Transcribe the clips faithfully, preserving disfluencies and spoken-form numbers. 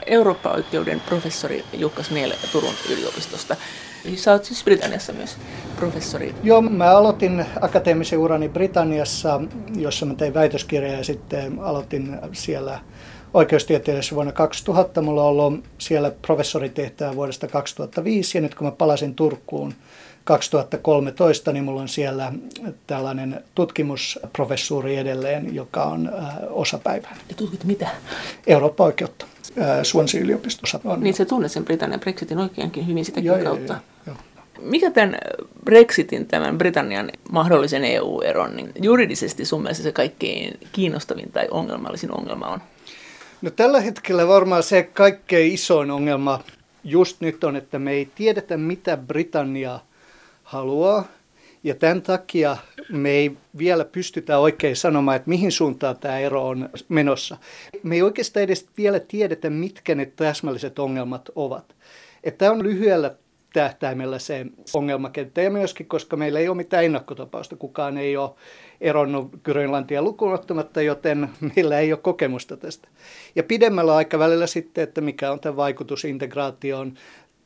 Eurooppa-oikeuden professori Jukka Snell Turun yliopistosta. Sä oot siis Britanniassa myös professori. Joo, mä aloitin akateemisen urani Britanniassa, jossa mä tein väitöskirjaa ja sitten aloitin siellä oikeustieteellisessä vuonna kaksituhatta. Mulla on ollut siellä professoritehtävä vuodesta kaksituhattaviisi ja nyt kun mä palasin Turkuun kaksituhattakolmetoista, niin mulla on siellä tällainen tutkimusprofessuuri edelleen, joka on äh, osapäiväinen. Ja tutkit mitä? Eurooppa-oikeutta. Swansea yliopistossa on. Niin se tunnet sen Britannian Brexitin oikeinkin hyvin sitäkin joo, kautta. Joo, joo. Mikä tämän Brexitin, tämän Britannian mahdollisen E U-eron, niin juridisesti sun mielestä se kaikkein kiinnostavin tai ongelmallisin ongelma on? No tällä hetkellä varmaan se kaikkein isoin ongelma just nyt on, että me ei tiedetä mitä Britannia haluaa. Ja tämän takia me ei vielä pystytä oikein sanomaan, että mihin suuntaan tämä ero on menossa. Me ei oikeastaan edes vielä tiedetä, mitkä ne täsmälliset ongelmat ovat. Että tämä on lyhyellä tähtäimellä se ongelmakenttä ja myöskin, koska meillä ei ole mitään ennakkotapausta. Kukaan ei ole eronnut Grönlantia lukuun ottamatta, joten meillä ei ole kokemusta tästä. Ja pidemmällä aikavälillä sitten, että mikä on tämä vaikutus integraatioon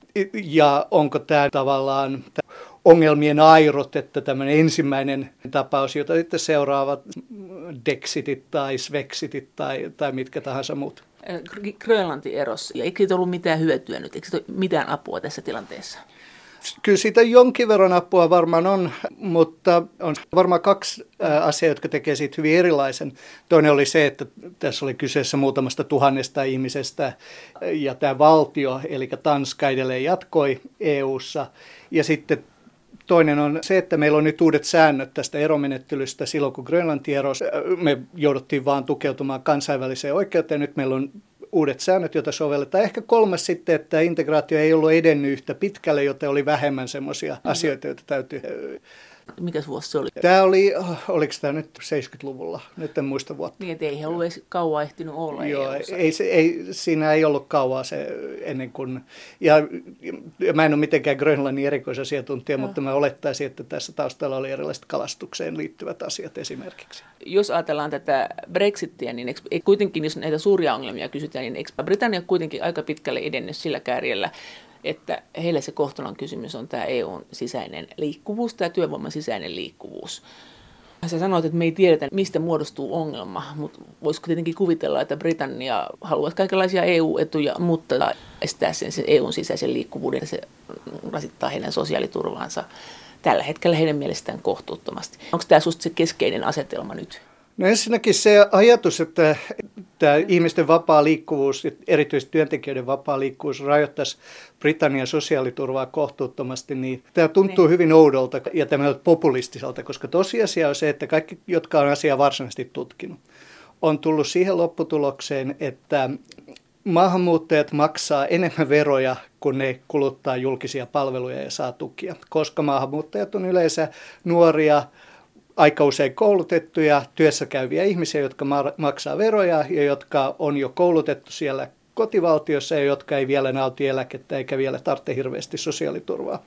ja onko tämä tavallaan ongelmien airot, että tämmöinen ensimmäinen tapaus, jota sitten seuraavat Dexitit tai Svexitit tai, tai mitkä tahansa muut. Grönlanti erosi. Ja eikö siitä ollut mitään hyötyä nyt? Eikö siitä ole mitään apua tässä tilanteessa? Kyllä siitä jonkin verran apua varmaan on, mutta on varmaan kaksi asiaa, jotka tekee siitä hyvin erilaisen. Toinen oli se, että tässä oli kyseessä muutamasta tuhannesta ihmisestä ja tämä valtio, eli Tanska edelleen jatkoi E U:ssa. Ja sitten toinen on se, että meillä on nyt uudet säännöt tästä eromenettelystä. Silloin kun Grönlanti erosi, me jouduttiin vaan tukeutumaan kansainväliseen oikeuteen. Nyt meillä on uudet säännöt, joita sovelletaan. Ehkä kolmas sitten, että integraatio ei ollut edennyt yhtä pitkälle, joten oli vähemmän semmoisia mm. asioita, joita täytyy. Mikäs vuosi se oli? Tämä oli, oliko tämä nyt seitsemänkymmentäluvulla? Nyt en muista vuotta. Niin, että ei ollut edes kauan ehtinyt olla. Joo, ei, ei, siinä ei ollut kauaa se ennen kuin, ja, ja mä en ole mitenkään Grönlannin erikoisasiantuntija, no. Mutta mä olettaisin, että tässä taustalla oli erilaiset kalastukseen liittyvät asiat esimerkiksi. Jos ajatellaan tätä Brexittiä, niin eikö, kuitenkin, jos näitä suuria ongelmia kysytään, niin eikö Britannia kuitenkin aika pitkälle edennyt sillä kärjellä, että heille se kohtalon kysymys on tämä E U:n sisäinen liikkuvuus, tämä työvoiman sisäinen liikkuvuus. Sä sanoit, että me ei tiedetä, mistä muodostuu ongelma, mutta voisiko tietenkin kuvitella, että Britannia haluaa kaikenlaisia E U-etuja, mutta estää sen, sen E U:n sisäisen liikkuvuuden, se rasittaa heidän sosiaaliturvaansa tällä hetkellä heidän mielestään kohtuuttomasti. Onko tämä susta se keskeinen asetelma nyt? No ensinnäkin se ajatus, että tämä ihmisten vapaa liikkuvuus, erityisesti työntekijöiden vapaa liikkuvuus rajoittaisi Britannian sosiaaliturvaa kohtuuttomasti, niin tämä tuntuu niin hyvin oudolta ja tämmöiseltä populistiselta, koska tosiasia on se, että kaikki, jotka on asiaa varsinaisesti tutkinut, on tullut siihen lopputulokseen, että maahanmuuttajat maksaa enemmän veroja, kun ne kuluttaa julkisia palveluja ja saa tukia, koska maahanmuuttajat on yleensä nuoria, aika usein koulutettuja, työssä käyviä ihmisiä, jotka maksaa veroja ja jotka on jo koulutettu siellä kotivaltiossa ja jotka ei vielä nauti eläkettä eikä vielä tarvitse hirveästi sosiaaliturvaa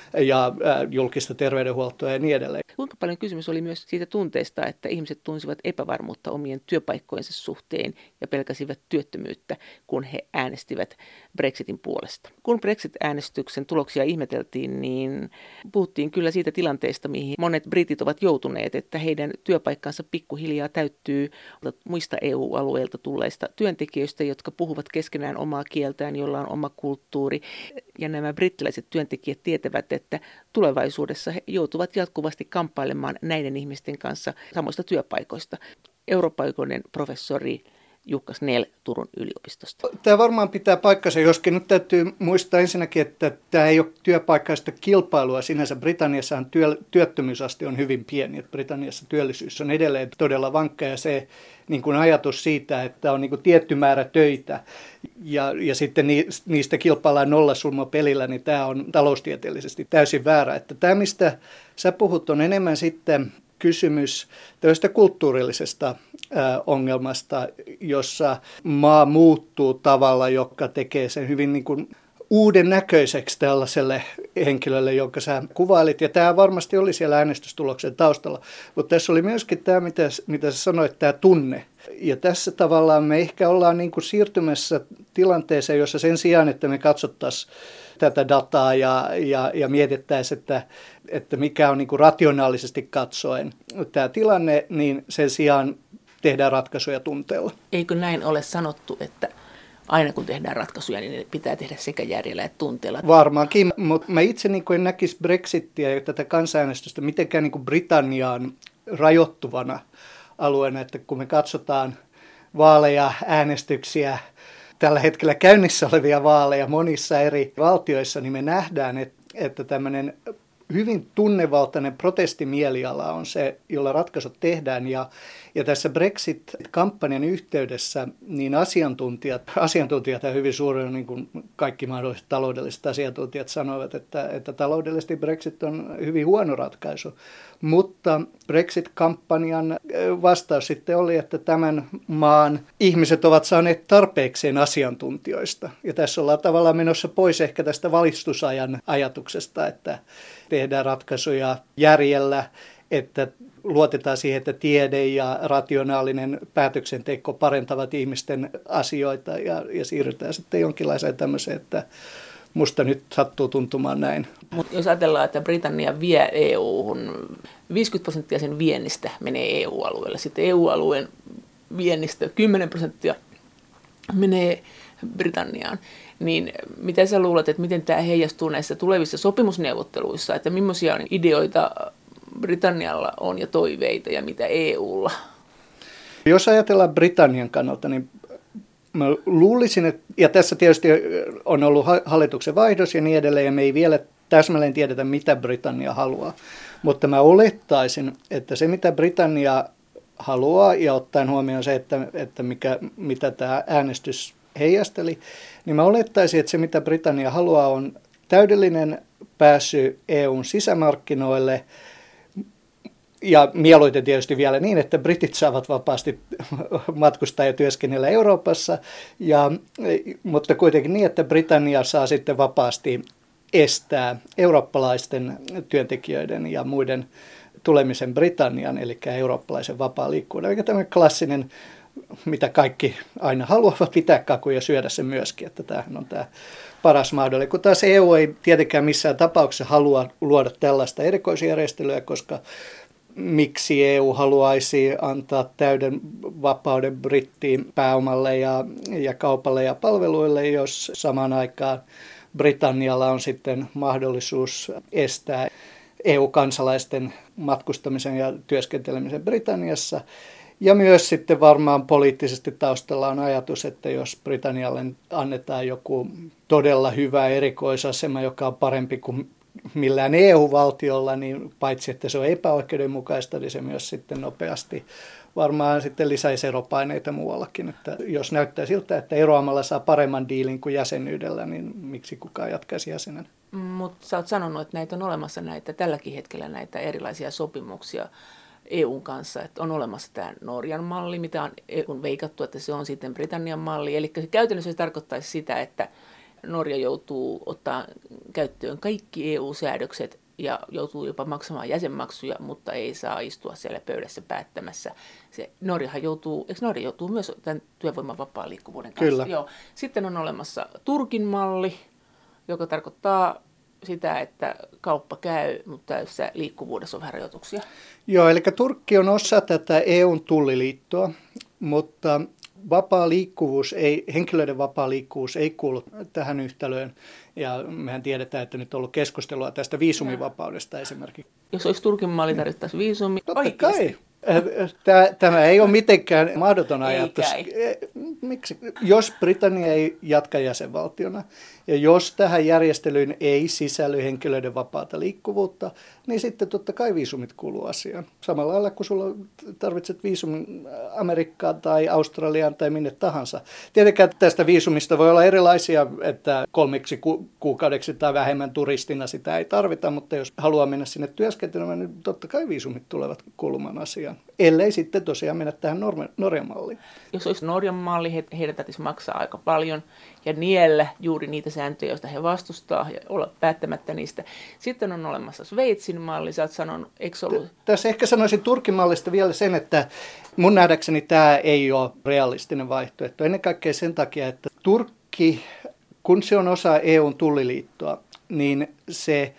ja julkista terveydenhuoltoa ja niin edelleen. Kuinka paljon kysymys oli myös siitä tunteesta, että ihmiset tunsivat epävarmuutta omien työpaikkojensa suhteen ja pelkäsivät työttömyyttä, kun he äänestivät Brexitin puolesta. Kun Brexit-äänestyksen tuloksia ihmeteltiin, niin puhuttiin kyllä siitä tilanteesta, mihin monet britit ovat joutuneet, että heidän työpaikkansa pikkuhiljaa täyttyy muista E U-alueilta tulleista työntekijöistä, jotka puhuvat keskenään omaa kieltään, jolla on oma kulttuuri. Ja nämä brittiläiset työntekijät tietävät, että tulevaisuudessa he joutuvat jatkuvasti kamppailemaan näiden ihmisten kanssa samoista työpaikoista. Eurooppa-oikeuden professori Jukka Snell Turun yliopistosta. Tämä varmaan pitää paikkansa, joskin nyt täytyy muistaa ensinnäkin, että tämä ei ole työpaikkaista kilpailua. Sinänsä Britanniassahan työ, työttömyysaste on hyvin pieni, että Britanniassa työllisyys on edelleen todella vankka ja se niin kuin ajatus siitä, että on niin kuin tietty määrä töitä ja, ja sitten niistä kilpaillaan nollasumma-pelillä, niin tämä on taloustieteellisesti täysin väärä. Että tämä, mistä sä puhut, on enemmän sitten kysymys tällaisesta kulttuurillisesta ää, ongelmasta, jossa maa muuttuu tavalla, joka tekee sen hyvin niin kuin uuden näköiseksi tällaiselle henkilölle, jonka sä kuvailit. Ja tämä varmasti oli siellä äänestystuloksen taustalla. Mutta tässä oli myöskin tämä, mitä, mitä sä sanoit, tämä tunne. Ja tässä tavallaan me ehkä ollaan niin kuin siirtymässä tilanteeseen, jossa sen sijaan, että me katsottaisiin tätä dataa ja, ja, ja mietittäisiin, että, että mikä on niin kuin rationaalisesti katsoen tämä tilanne, niin sen sijaan tehdään ratkaisuja tunteella. Eikö näin ole sanottu, että aina kun tehdään ratkaisuja, niin ne pitää tehdä sekä järjellä että tunteella? Varmaankin, mutta mä itse niin kuin en näkisi Brexittiä ja tätä kansanäänestystä mitenkään niin kuin Britanniaan rajoittuvana alueena, että kun me katsotaan vaaleja, äänestyksiä, tällä hetkellä käynnissä olevia vaaleja monissa eri valtioissa, niin me nähdään, että, että tämmöinen hyvin tunnevaltainen protestimieliala on se, jolla ratkaisut tehdään. Ja, ja tässä Brexit-kampanjan yhteydessä niin asiantuntijat, asiantuntijat ja hyvin suurin, niin kuin kaikki mahdolliset taloudelliset asiantuntijat sanoivat, että, että taloudellisesti Brexit on hyvin huono ratkaisu. Mutta Brexit-kampanjan vastaus sitten oli, että tämän maan ihmiset ovat saaneet tarpeekseen asiantuntijoista. Ja tässä ollaan tavallaan menossa pois ehkä tästä valistusajan ajatuksesta, että tehdään ratkaisuja järjellä, että luotetaan siihen, että tiede ja rationaalinen päätöksenteko parentavat ihmisten asioita ja, ja siirrytään sitten jonkinlaiseen tämmöiseen, että musta nyt sattuu tuntumaan näin. Mutta jos ajatellaan, että Britannia vie E U-hun, viisikymmentä prosenttia sen viennistä menee E U-alueelle. Sitten E U-alueen viennistä kymmenen prosenttia menee Britanniaan. Niin mitä sä luulet, että miten tämä heijastuu näissä tulevissa sopimusneuvotteluissa, että millaisia ideoita Britannialla on ja toiveita ja mitä E U:lla? Jos ajatellaan Britannian kannalta, niin mä luulisin, että, ja tässä tietysti on ollut hallituksen vaihdos ja niin edelleen, ja me ei vielä täsmälleen tiedetä, mitä Britannia haluaa. Mutta mä olettaisin, että se mitä Britannia haluaa, ja ottaen huomioon se, että, että mikä, mitä tämä äänestys heijasteli, niin mä olettaisin, että se mitä Britannia haluaa on täydellinen pääsy E U:n sisämarkkinoille, ja mieluiten tietysti vielä niin, että britit saavat vapaasti matkustaa ja työskennellä Euroopassa, ja, mutta kuitenkin niin, että Britannia saa sitten vapaasti estää eurooppalaisten työntekijöiden ja muiden tulemisen Britannian, eli eurooppalaisen vapaa liikkuvuuden. Eli tämä klassinen, mitä kaikki aina haluavat, pitää kakun ja syödä sen myöskin, että tämähän on tämä paras mahdollinen. Kun taas E U ei tietenkään missään tapauksessa halua luoda tällaista erikoisjärjestelyä, koska miksi E U haluaisi antaa täyden vapauden brittiin pääomalle ja, ja kaupalle ja palveluille, jos samaan aikaan Britannialla on sitten mahdollisuus estää E U-kansalaisten matkustamisen ja työskentelemisen Britanniassa. Ja myös sitten varmaan poliittisesti taustalla on ajatus, että jos Britannialle annetaan joku todella hyvä erikoisasema, joka on parempi kuin millään E U-valtiolla, niin paitsi että se on epäoikeudenmukaista, niin se myös sitten nopeasti varmaan sitten lisäisi eropaineita muuallakin. Että jos näyttää siltä, että eroamalla saa paremman diilin kuin jäsenyydellä, niin miksi kukaan jatkaisi jäsenen? Mutta sä oot sanonut, että näitä on olemassa näitä tälläkin hetkellä näitä erilaisia sopimuksia E U:n kanssa, että on olemassa tämä Norjan malli, mitä on E U:n veikattu, että se on sitten Britannian malli. Eli se käytännössä se tarkoittaisi sitä, että Norja joutuu ottaa käyttöön kaikki E U-säädökset ja joutuu jopa maksamaan jäsenmaksuja, mutta ei saa istua siellä pöydässä päättämässä. Se Norjahan joutuu, eikö Norja joutuu myös tämän työvoiman vapaan liikkuvuuden kanssa? Kyllä. Joo. Sitten on olemassa Turkin malli, joka tarkoittaa sitä, että kauppa käy, mutta täyssä liikkuvuudessa on vähän rajoituksia. Joo, eli Turkki on osa tätä E U:n tulliliittoa, mutta vapaa liikkuvuus ei, henkilöiden vapaa liikkuvuus ei kuulu tähän yhtälöön. Ja mehän tiedetään, että nyt on ollut keskustelua tästä viisumivapaudesta esimerkiksi. Jos olisi Turkin malli, tarvittaisi viisumi. Totta kai. Tämä ei ole mitenkään mahdoton ajatus. Ei Miksi? Jos Britannia ei jatka jäsenvaltiona ja jos tähän järjestelyyn ei sisälly henkilöiden vapaata liikkuvuutta, niin sitten totta kai viisumit kuuluu asiaan. Samalla lailla kuin sulla tarvitset viisumin Amerikkaan tai Australiaan tai minne tahansa. Tietenkään tästä viisumista voi olla erilaisia, että kolmeksi ku- kuukaudeksi tai vähemmän turistina sitä ei tarvita, mutta jos haluaa mennä sinne työskentelemään, niin totta kai viisumit tulevat kuulumaan asiaan. paljon, ellei sitten tosiaan mennä tähän Norjan malliin. Jos olisi Norjan malli, he, heidän täytyisi maksaa aika paljon ja niellä juuri niitä sääntöjä, joista he vastustaa ja olla päättämättä niistä. Sitten on olemassa Sveitsin malli, sä oot sanonut, eikö ollut? Tässä ehkä sanoisin Turkin mallista vielä sen, että mun nähdäkseni tämä ei ole realistinen vaihtoehto. Ennen kaikkea sen takia, että Turkki, kun se on osa E U:n tulliliittoa, niin se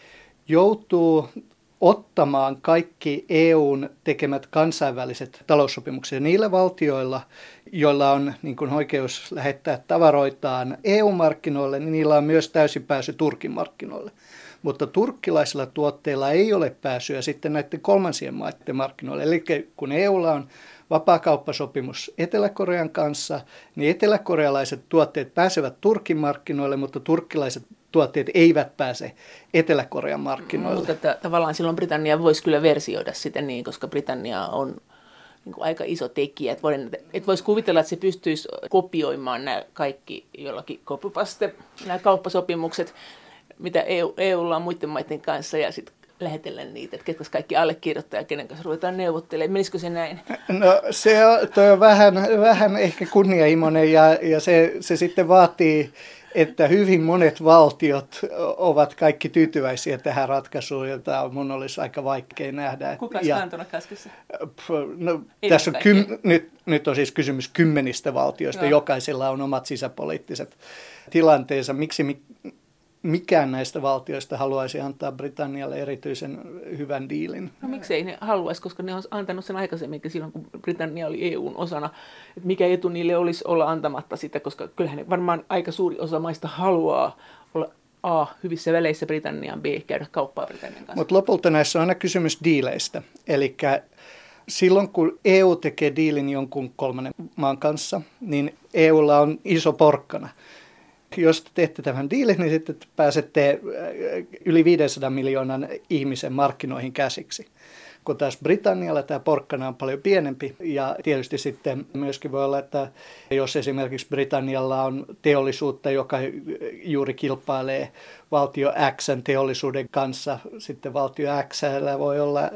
joutuu ottamaan kaikki E U:n tekemät kansainväliset taloussopimukset. Ja niillä valtioilla, joilla on niin kuin oikeus lähettää tavaroitaan E U-markkinoille, niin niillä on myös täysin pääsy Turkin markkinoille. Mutta turkkilaisilla tuotteilla ei ole pääsyä sitten näiden kolmansien maiden markkinoille. Eli kun E U:lla on vapaakauppasopimus Etelä-Korean kanssa, niin eteläkorealaiset tuotteet pääsevät Turkin markkinoille, mutta turkkilaiset tuotteet eivät pääse Etelä-Korean markkinoille. Mutta että, tavallaan silloin Britannia voisi kyllä versioida sitä niin, koska Britannia on niin kuin aika iso tekijä. Että voin, et voisi kuvitella, että se pystyisi kopioimaan nämä kaikki jollakin copypaste, nämä kauppasopimukset, mitä E U, E U:lla on muiden maiden kanssa ja sitten lähetellä niitä, että ketkä kaikki allekirjoittaa ja kenen kanssa ruvetaan neuvottelemaan. Menisikö se näin? No se on, toi on vähän, vähän ehkä kunnianhimoinen ja, ja se, se sitten vaatii, että hyvin monet valtiot ovat kaikki tyytyväisiä tähän ratkaisuun, jota mun olisi aika vaikea nähdä. Kuka olisi kantona käskyssä? No, tässä on kym, nyt, nyt on siis kysymys kymmenistä valtioista. Joo. Jokaisella on omat sisäpoliittiset tilanteensa. Miksi mikään näistä valtioista haluaisi antaa Britannialle erityisen hyvän diilin? No miksei ne haluaisi, koska ne on antanut sen aikaisemminkin silloin, kun Britannia oli E U:n osana. Että mikä etu niille olisi olla antamatta sitä, koska kyllähän ne varmaan aika suuri osa maista haluaa olla A, hyvissä väleissä Britanniaan, B, käydä kauppaa Britannian kanssa. Mutta lopulta näissä on aina kysymys diileistä. Eli silloin kun E U tekee diilin jonkun kolmannen maan kanssa, niin E U:lla on iso porkkana. Jos te teette tämän diilin, niin sitten pääsette yli viisisataa miljoonan ihmisen markkinoihin käsiksi. Kun taas Britannialla tämä porkkana on paljon pienempi ja tietysti sitten myöskin voi olla, että jos esimerkiksi Britannialla on teollisuutta, joka juuri kilpailee valtio X:n teollisuuden kanssa, sitten valtio X:llä voi olla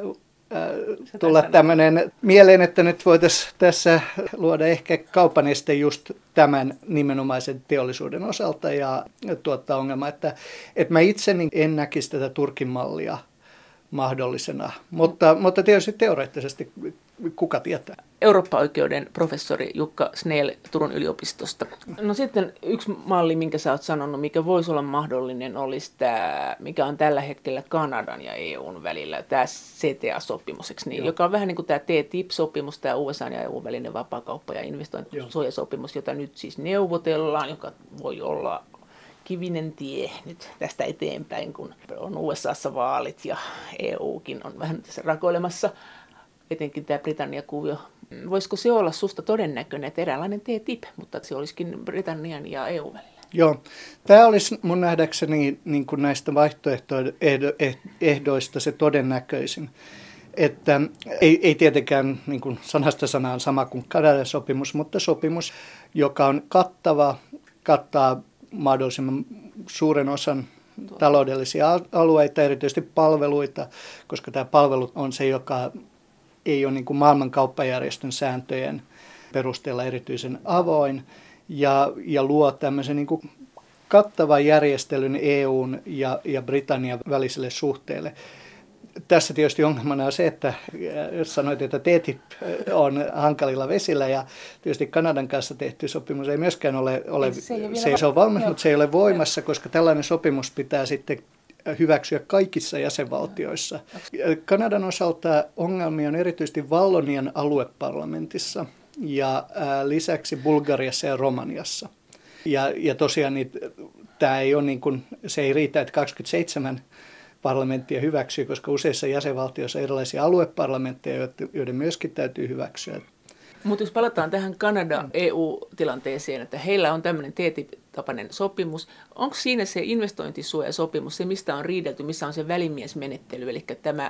tulla tämmöinen mieleen, että nyt voitaisiin tässä luoda ehkä kaupaneste just tämän nimenomaisen teollisuuden osalta ja tuottaa ongelma, että, että mä itse en näkisi tätä Turkin mallia mahdollisena, mutta, mutta tietysti teoreettisesti kuka tietää. Eurooppa-oikeuden professori Jukka Snell Turun yliopistosta. No sitten yksi malli, minkä sä oot sanonut, mikä voisi olla mahdollinen, olisi tämä, mikä on tällä hetkellä Kanadan ja E U:n välillä, tämä C T A-sopimus, niin, joka on vähän niin kuin tämä T T I P-sopimus, tämä U S A ja E U:n välinen vapaakauppa- ja investointisuojasopimus, jota nyt siis neuvotellaan, joka voi olla kivinen tie nyt tästä eteenpäin, kun on U S A:ssa vaalit ja E U:kin on vähän tässä rakoilemassa. Etenkin tämä Britannia-kuvio. Voisiko se olla susta todennäköinen, että eräänlainen T T I P, mutta se olisikin Britannian ja E U välillä? Joo. Tämä olisi mun nähdäkseni niin kuin näistä vaihtoehdoista se todennäköisin. Että ei, ei tietenkään niin kuin sanasta sanaan sama kuin Kanadan sopimus, mutta sopimus, joka on kattava, kattaa mahdollisimman suuren osan taloudellisia alueita, erityisesti palveluita, koska tämä palvelu on se, joka ei ole niin kuin maailmankauppajärjestön sääntöjen perusteella erityisen avoin ja, ja luo tämmöisen niin kuin kattavan järjestelyn E U:n ja, ja Britannian väliselle suhteelle. Tässä tietysti ongelmana on se, että jos sanoit, että T T I P on hankalilla vesillä ja tietysti Kanadan kanssa tehty sopimus ei myöskään ole, ole se, se, ei se ei ole valmis, mutta se ei ole voimassa, koska tällainen sopimus pitää sitten hyväksyä kaikissa jäsenvaltioissa. Kanadan osalta ongelmia on erityisesti Vallonian alueparlamentissa ja lisäksi Bulgariassa ja Romaniassa. Ja, ja tosiaan niin, tämä ei ole niin kuin, se ei riitä, että kaksikymmentäseitsemän parlamenttia hyväksyy, koska useissa jäsenvaltioissa on erilaisia alueparlamentteja, joiden myöskin täytyy hyväksyä. Mutta jos palataan tähän Kanada-E U-tilanteeseen, että heillä on tämmöinen T T I P-tapainen sopimus, onko siinä se investointisuojasopimus, se mistä on riidelty, missä on se välimiesmenettely, eli tämä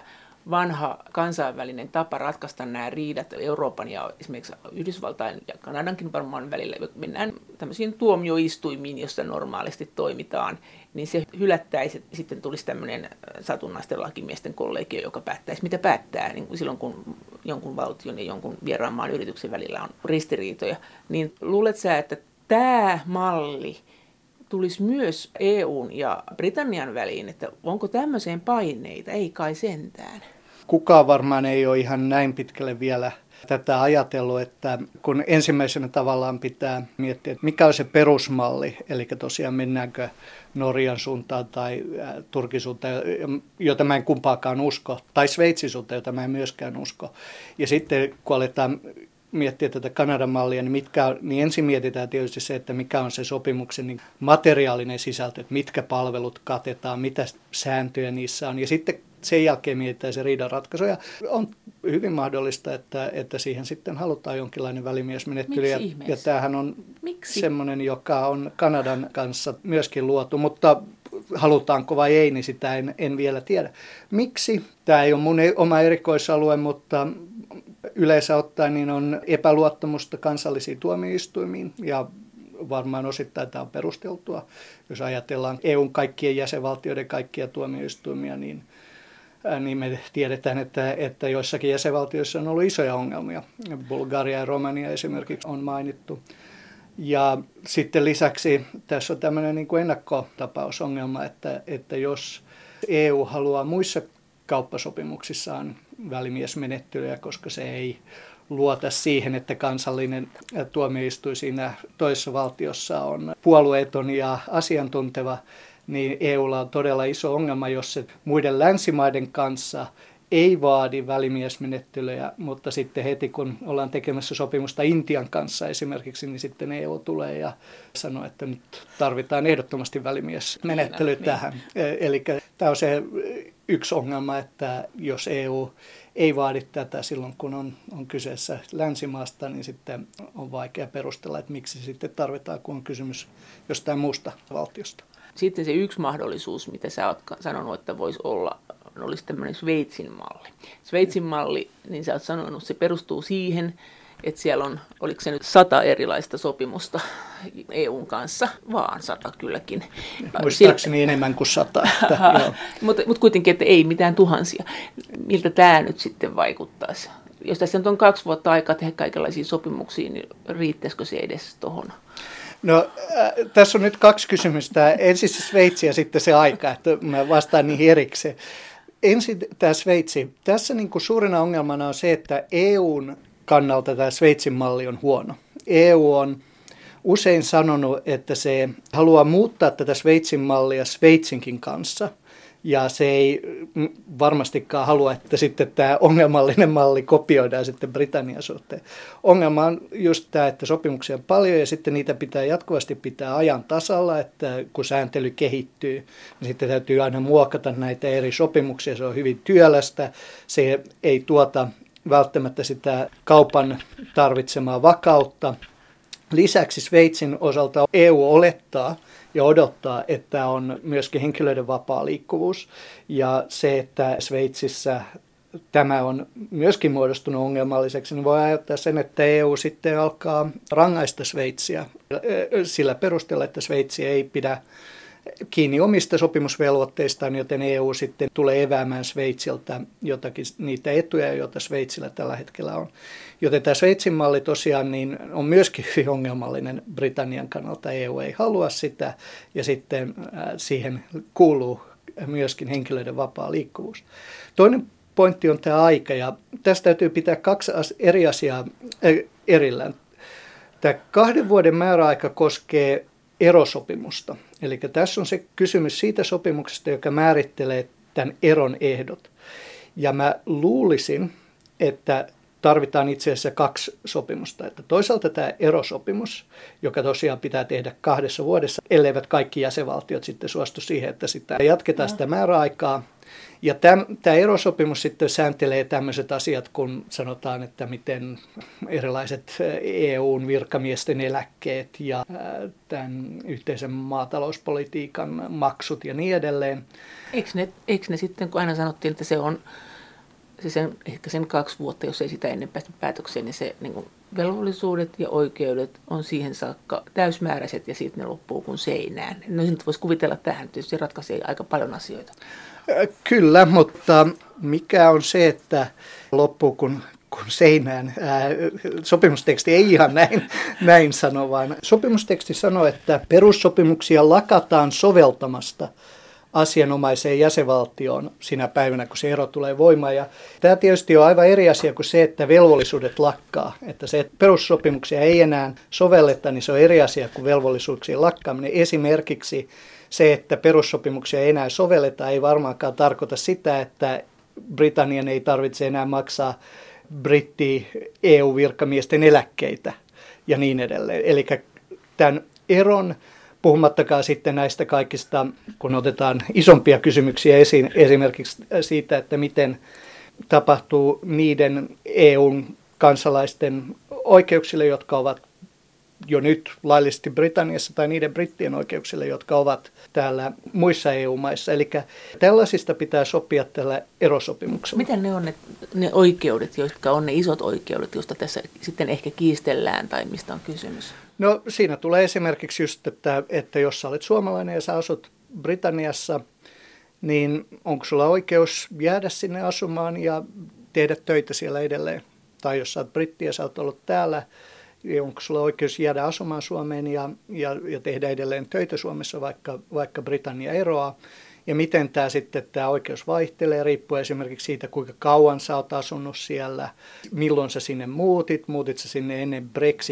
vanha kansainvälinen tapa ratkaista nämä riidat Euroopan ja esimerkiksi Yhdysvaltain ja Kanadankin varmaan välillä. Mennään tämmöisiin tuomioistuimiin, jossa normaalisti toimitaan, niin se hylättäisi. Sitten tulisi tämmöinen satunnaisten lakimiesten kollegio, joka päättäisi, mitä päättää niin kuin silloin, kun jonkun valtion ja jonkun vieraan maan yrityksen välillä on ristiriitoja. Niin luulet sä, että tämä malli tulisi myös E U:n ja Britannian väliin, että onko tämmöiseen paineita? Ei kai sentään. Kukaan varmaan ei ole ihan näin pitkälle vielä tätä ajatellut, että kun ensimmäisenä tavallaan pitää miettiä, että mikä on se perusmalli, eli tosiaan mennäänkö Norjan suuntaan tai Turkin suuntaan, jota mä en kumpaakaan usko, tai Sveitsin suuntaan, jota mä en myöskään usko. Ja sitten kun aletaan miettiä tätä Kanadan mallia, niin, mitkä on, niin ensin mietitään tietysti se, että mikä on se sopimuksen niin materiaalinen sisältö, että mitkä palvelut katetaan, mitä sääntöjä niissä on. Ja sitten sen jälkeen mietitään se riidanratkaisu. Ja on hyvin mahdollista, että, että siihen sitten halutaan jonkinlainen välimiesmenettely. Ja, ja tämähän on Miksi? semmoinen, joka on Kanadan kanssa myöskin luotu, mutta halutaanko vai ei, niin sitä en, en vielä tiedä. Miksi? Tämä ei ole mun oma erikoisalue, mutta yleensä ottaen niin on epäluottamusta kansallisiin tuomioistuimiin ja varmaan osittain tämä on perusteltua. Jos ajatellaan E U:n kaikkien jäsenvaltioiden kaikkia tuomioistuimia, niin, ää, niin me tiedetään, että, että joissakin jäsenvaltioissa on ollut isoja ongelmia. Bulgaria ja Romania esimerkiksi on mainittu. Ja sitten lisäksi tässä on tämmöinen niin kuin ennakkotapausongelma, että, että jos E U haluaa muissa kauppasopimuksissaan välimiesmenettelyä, koska se ei luota siihen, että kansallinen tuomioistuin siinä toisessa valtiossa on puolueeton ja asiantunteva, niin E U:lla on todella iso ongelma, jos se muiden länsimaiden kanssa ei vaadi välimiesmenettelyjä, mutta sitten heti kun ollaan tekemässä sopimusta Intian kanssa esimerkiksi, niin sitten E U tulee ja sanoo, että nyt tarvitaan ehdottomasti välimiesmenettely niin, tähän. Niin. Eli tämä on se yksi ongelma, että jos E U ei vaadi tätä silloin, kun on, on kyseessä länsimaasta, niin sitten on vaikea perustella, että miksi sitten tarvitaan, kun on kysymys jostain muusta valtiosta. Sitten se yksi mahdollisuus, mitä sä oot sanonut, että voisi olla, olisi tämmöinen Sveitsin malli. Sveitsin malli, niin sä oot sanonut, se perustuu siihen, että siellä on, oliko se nyt sata erilaista sopimusta E U:n kanssa, vaan sata kylläkin. Muistaakseni Sil- enemmän kuin sata. Mutta mut kuitenkin, että ei mitään tuhansia. Miltä tämä nyt sitten vaikuttaisi? Jos tässä nyt on kaksi vuotta aikaa tehdä kaikenlaisia sopimuksia, niin riittäisikö se edes tuohon? No äh, tässä on nyt kaksi kysymystä. Ensin se Sveitsi ja sitten se aika, että mä vastaan niihin erikseen. Ensin tämä Sveitsi. Tässä niin kuin suurena ongelmana on se, että E U:n kannalta tämä Sveitsin malli on huono. E U on usein sanonut, että se haluaa muuttaa tätä Sveitsin mallia Sveitsinkin kanssa. Ja se ei varmastikaan halua, että sitten tämä ongelmallinen malli kopioidaan sitten Britannian suhteen. Ongelma on just tämä, että sopimuksia on paljon ja sitten niitä pitää jatkuvasti pitää ajan tasalla, että kun sääntely kehittyy, niin sitten täytyy aina muokata näitä eri sopimuksia. Se on hyvin työlästä, se ei tuota välttämättä sitä kaupan tarvitsemaa vakautta. Lisäksi Sveitsin osalta E U olettaa ja odottaa, että on myöskin henkilöiden vapaa liikkuvuus. Ja se, että Sveitsissä tämä on myöskin muodostunut ongelmalliseksi, niin voi aiheuttaa sen, että E U sitten alkaa rangaista Sveitsiä sillä perusteella, että Sveitsi ei pidä kiinni omista sopimusvelvoitteistaan, joten E U sitten tulee eväämään Sveitsiltä jotakin niitä etuja, joita Sveitsillä tällä hetkellä on. Joten tämä Sveitsin malli tosiaan niin on myöskin hyvin ongelmallinen Britannian kannalta. E U ei halua sitä ja sitten siihen kuuluu myöskin henkilöiden vapaa liikkuvuus. Toinen pointti on tämä aika ja tästä täytyy pitää kaksi eri asiaa erillään. Tämä kahden vuoden määräaika koskee erosopimusta. Eli tässä on se kysymys siitä sopimuksesta, joka määrittelee tämän eron ehdot. Ja mä luulisin, että tarvitaan itse asiassa kaksi sopimusta. Että toisaalta tämä erosopimus, joka tosiaan pitää tehdä kahdessa vuodessa, elleivät kaikki jäsenvaltiot sitten suostu siihen, että sitä jatketaan sitä määräaikaa. Ja tämä, tämä erosopimus sitten sääntelee tämmöiset asiat, kun sanotaan, että miten erilaiset E U:n virkamiesten eläkkeet ja tämän yhteisen maatalouspolitiikan maksut ja niin edelleen. Eikö ne, eikö ne sitten, kun aina sanottiin, että se on se sen, ehkä sen kaksi vuotta, jos ei sitä ennen päästä päätökseen, niin se niin kuin velvollisuudet ja oikeudet on siihen saakka täysmääräiset ja sitten ne loppuu kuin seinään. No nyt voisi kuvitella, että tähän tietysti ratkaisee aika paljon asioita. Kyllä, mutta mikä on se, että loppuu kun, kun seinään? Ää, sopimusteksti ei ihan näin, näin sano, vaan sopimusteksti sanoo, että perussopimuksia lakataan soveltamasta asianomaiseen jäsenvaltioon sinä päivänä, kun se ero tulee voimaan. Ja tämä tietysti on aivan eri asia kuin se, että velvollisuudet lakkaa. Että se, että perussopimuksia ei enää sovelleta, niin se on eri asia kuin velvollisuuksien lakkaaminen. Esimerkiksi se, että perussopimuksia ei enää sovelleta, ei varmaankaan tarkoita sitä, että Britannian ei tarvitse enää maksaa britti-E U-virkamiesten eläkkeitä ja niin edelleen. Eli tämän eron, puhumattakaan sitten näistä kaikista, kun otetaan isompia kysymyksiä esiin, esimerkiksi siitä, että miten tapahtuu niiden E U:n kansalaisten oikeuksille, jotka ovat jo nyt laillisesti Britanniassa, tai niiden brittien oikeuksille, jotka ovat täällä muissa E U-maissa. Eli tällaisista pitää sopia tällä erosopimuksella. Miten ne on ne, ne oikeudet, jotka on ne isot oikeudet, joista tässä sitten ehkä kiistellään, tai mistä on kysymys? No siinä tulee esimerkiksi just, että, että jos sä olet suomalainen ja sä asut Britanniassa, niin onko sulla oikeus jäädä sinne asumaan ja tehdä töitä siellä edelleen? Tai jos sä olet britti ja sä olet ollut täällä, onko sulla oikeus jäädä asumaan Suomeen ja, ja, ja tehdä edelleen töitä Suomessa, vaikka, vaikka Britannia eroaa. Ja miten tämä sitten tämä oikeus vaihtelee, riippuu esimerkiksi siitä, kuinka kauan sä oot asunut siellä, milloin sä sinne muutit, muutit sä sinne ennen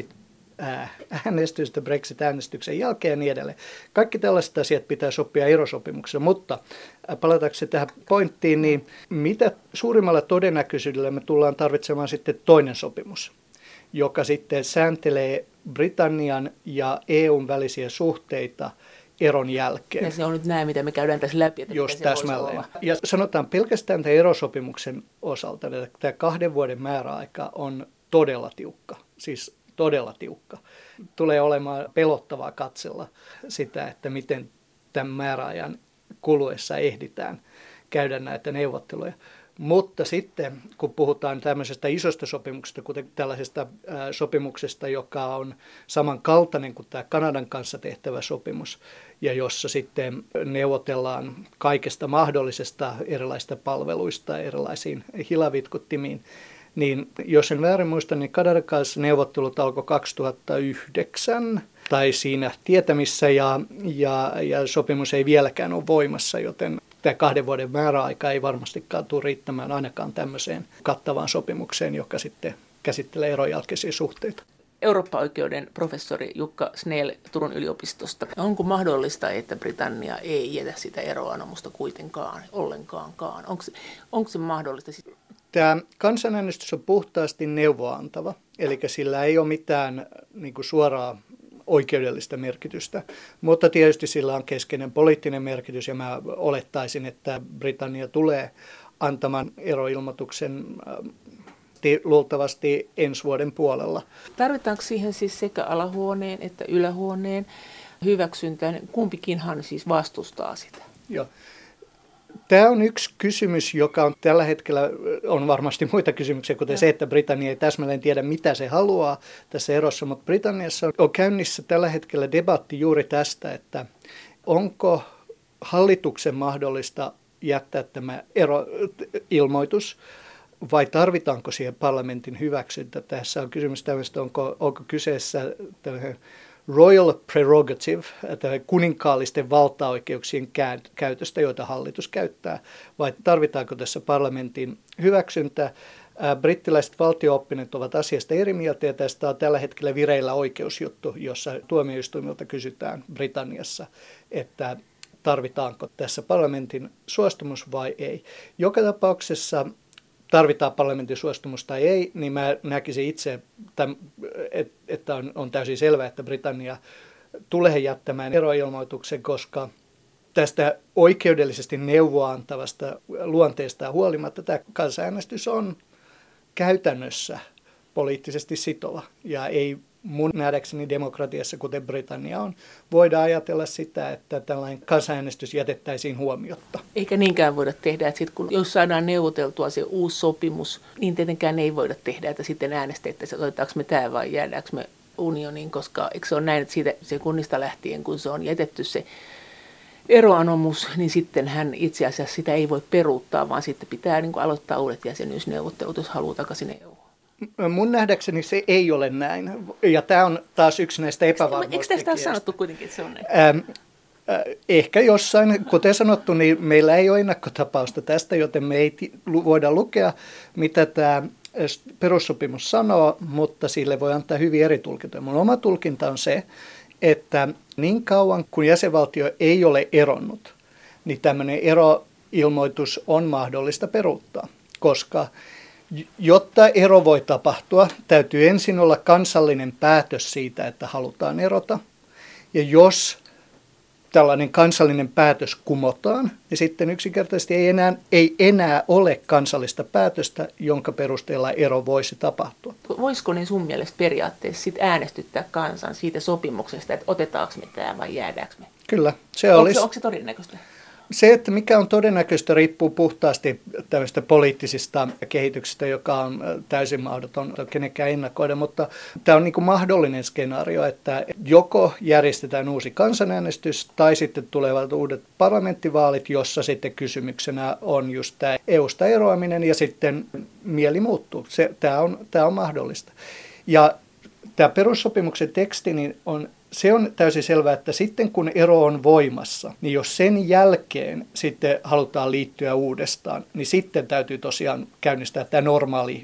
Brexit-äänestystä, Brexit-äänestyksen jälkeen ja niin edelleen. Kaikki tällaiset asiat pitää sopia erosopimuksessa, mutta palataanko tähän pointtiin, niin mitä suurimmalla todennäköisyydellä me tullaan tarvitsemaan sitten toinen sopimus, joka sitten sääntelee Britannian ja E U:n välisiä suhteita eron jälkeen. Ja se on nyt näin, mitä me käydään tässä läpi. Että Just täsmälleen. Ja sanotaan pelkästään tämän erosopimuksen osalta, että tämä kahden vuoden määräaika on todella tiukka. Siis todella tiukka. Tulee olemaan pelottavaa katsella sitä, että miten tämän määräajan kuluessa ehditään käydä näitä neuvotteluja. Mutta sitten, kun puhutaan tämmöisestä isosta sopimuksesta, kuten tällaisesta ää, sopimuksesta, joka on samankaltainen kuin tämä Kanadan kanssa tehtävä sopimus, ja jossa sitten neuvotellaan kaikesta mahdollisesta erilaisista palveluista erilaisiin hilavitkuttimiin, niin jos en väärin muista, niin Kanadan kanssa neuvottelut alkoi kaksituhattayhdeksän tai siinä tietämissä, ja, ja, ja sopimus ei vieläkään ole voimassa, joten tämä kahden vuoden määräaika ei varmastikaan tule riittämään ainakaan tämmöiseen kattavaan sopimukseen, joka sitten käsittelee eron jälkeisiä suhteita. Eurooppa-oikeuden professori Jukka Snell Turun yliopistosta. Onko mahdollista, että Britannia ei jätä sitä eroanomusta kuitenkaan, ollenkaankaan? Onko se, onko se mahdollista? Tämä kansanäänestys on puhtaasti neuvoantava, eli sillä ei ole mitään niin kuin suoraa oikeudellista merkitystä, mutta tietysti sillä on keskeinen poliittinen merkitys, ja mä olettaisin, että Britannia tulee antamaan eroilmoituksen luultavasti ensi vuoden puolella. Tarvitaanko siihen siis sekä alahuoneen että ylähuoneen hyväksyntään? Kumpikinhan siis vastustaa sitä. Joo. Tämä on yksi kysymys, joka on tällä hetkellä, on varmasti muita kysymyksiä, kuten se, että Britannia ei täsmälleen tiedä, mitä se haluaa tässä erossa, mutta Britanniassa on käynnissä tällä hetkellä debatti juuri tästä, että onko hallituksen mahdollista jättää tämä eroilmoitus, vai tarvitaanko siihen parlamentin hyväksyntä. Tässä on kysymys tämmöistä, onko, onko kyseessä tämmöinen royal prerogative, kuninkaallisten valtaoikeuksien käytöstä, joita hallitus käyttää, vai tarvitaanko tässä parlamentin hyväksyntä. Brittiläiset valtio-oppineet ovat asiasta eri mieltä, ja tästä on tällä hetkellä vireillä oikeusjuttu, jossa tuomioistuimilta kysytään Britanniassa, että tarvitaanko tässä parlamentin suostumus vai ei. Joka tapauksessa tarvitaan parlamentin suostumus tai ei, niin mä näkisin itse, että on, on täysin selvää, että Britannia tulee jättämään eroilmoituksen, koska tästä oikeudellisesti neuvoa antavasta luonteesta huolimatta tämä kansanäänestys on käytännössä poliittisesti sitova ja ei mun nähdäkseni demokratiassa, kuten Britannia on, voidaan ajatella sitä, että tällainen kansanäänestys jätettäisiin huomiotta. Eikä niinkään voida tehdä, että sit kun, jos saadaan neuvoteltua se uusi sopimus, niin tietenkään ei voida tehdä, että sitten äänestetään, otetaanko me tämä vai jäädäänkö me unioniin, koska eikö se ole näin, että siitä se kunnista lähtien, kun se on jätetty se eroanomus, niin sitten hän itse asiassa sitä ei voi peruuttaa, vaan sitten pitää niin kuin aloittaa uudet jäsenyysneuvottelut, jos haluaa takaisin E U. Mun nähdäkseni se ei ole näin. Ja tämä on taas yksi näistä epävarmuustekijöistä. Eikö tästä ole sanottu kuitenkin, että se on näin? Ähm, äh, ehkä jossain, kuten sanottu, niin meillä ei ole ennakkotapausta tästä, joten me ei ti- voida lukea, mitä tämä perussopimus sanoo, mutta sille voi antaa hyvin eri tulkintoja. Mun oma tulkinta on se, että niin kauan kun jäsenvaltio ei ole eronnut, niin tämmöinen eroilmoitus on mahdollista peruuttaa, koska jotta ero voi tapahtua, täytyy ensin olla kansallinen päätös siitä, että halutaan erota. Ja jos tällainen kansallinen päätös kumotaan, niin sitten yksinkertaisesti ei enää, ei enää ole kansallista päätöstä, jonka perusteella ero voisi tapahtua. Voisiko ne sun mielestä periaatteessa sit äänestyttää kansan siitä sopimuksesta, että otetaanko me tämä vai jäädäänkö me? Kyllä. Se onko, olisi... se, onko se todennäköistä? Se, että mikä on todennäköistä, riippuu puhtaasti tämmöistä poliittisista kehityksestä, joka on täysin mahdoton kenenkään ennakoida, mutta tämä on niin kuin mahdollinen skenaario, että joko järjestetään uusi kansanäänestys tai sitten tulevat uudet parlamenttivaalit, jossa sitten kysymyksenä on just tämä E U:sta eroaminen ja sitten mieli muuttuu. Se, tämä on, tämä on mahdollista. Ja tämä perussopimuksen teksti niin on Se on täysin selvää, että sitten kun ero on voimassa, niin jos sen jälkeen sitten halutaan liittyä uudestaan, niin sitten täytyy tosiaan käynnistää tämä normaali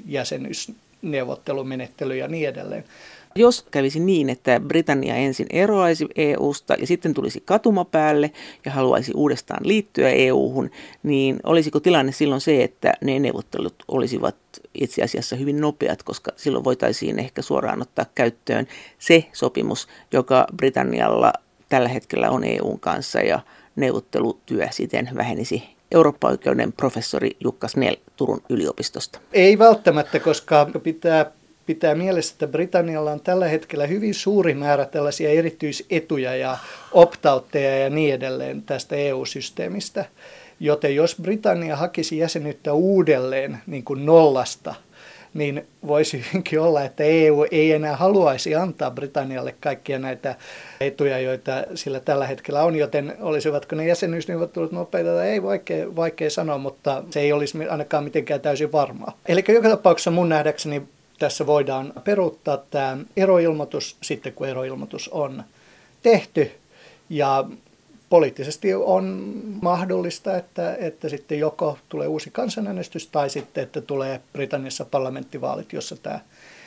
jäsenyysneuvottelumenettely ja niin edelleen. Jos kävisi niin, että Britannia ensin eroaisi E U:sta ja sitten tulisi katuma päälle ja haluaisi uudestaan liittyä E U:hun, niin olisiko tilanne silloin se, että ne neuvottelut olisivat itse asiassa hyvin nopeat, koska silloin voitaisiin ehkä suoraan ottaa käyttöön se sopimus, joka Britannialla tällä hetkellä on E U:n kanssa ja neuvottelutyö siten vähenisi. Eurooppa-oikeuden professori Jukka Snell Turun yliopistosta. Ei välttämättä, koska pitää Pitää mielessä, että Britannialla on tällä hetkellä hyvin suuri määrä tällaisia erityisetuja ja opt-outteja ja niin edelleen tästä E U-systeemistä. Joten jos Britannia hakisi jäsenyyttä uudelleen niin kuin nollasta, niin voisi hyvinkin olla, että E U ei enää haluaisi antaa Britannialle kaikkia näitä etuja, joita sillä tällä hetkellä on, joten olisivatko ne jäsenyysneuvottelut nopeita tai ei, vaikea, vaikea sanoa, mutta se ei olisi ainakaan mitenkään täysin varmaa. Eli joka tapauksessa mun nähdäkseni tässä voidaan peruuttaa tämä eroilmoitus sitten, kun eroilmoitus on tehty. Ja poliittisesti on mahdollista, että, että sitten joko tulee uusi kansanäänestys tai sitten, että tulee Britanniassa parlamenttivaalit, jossa tämä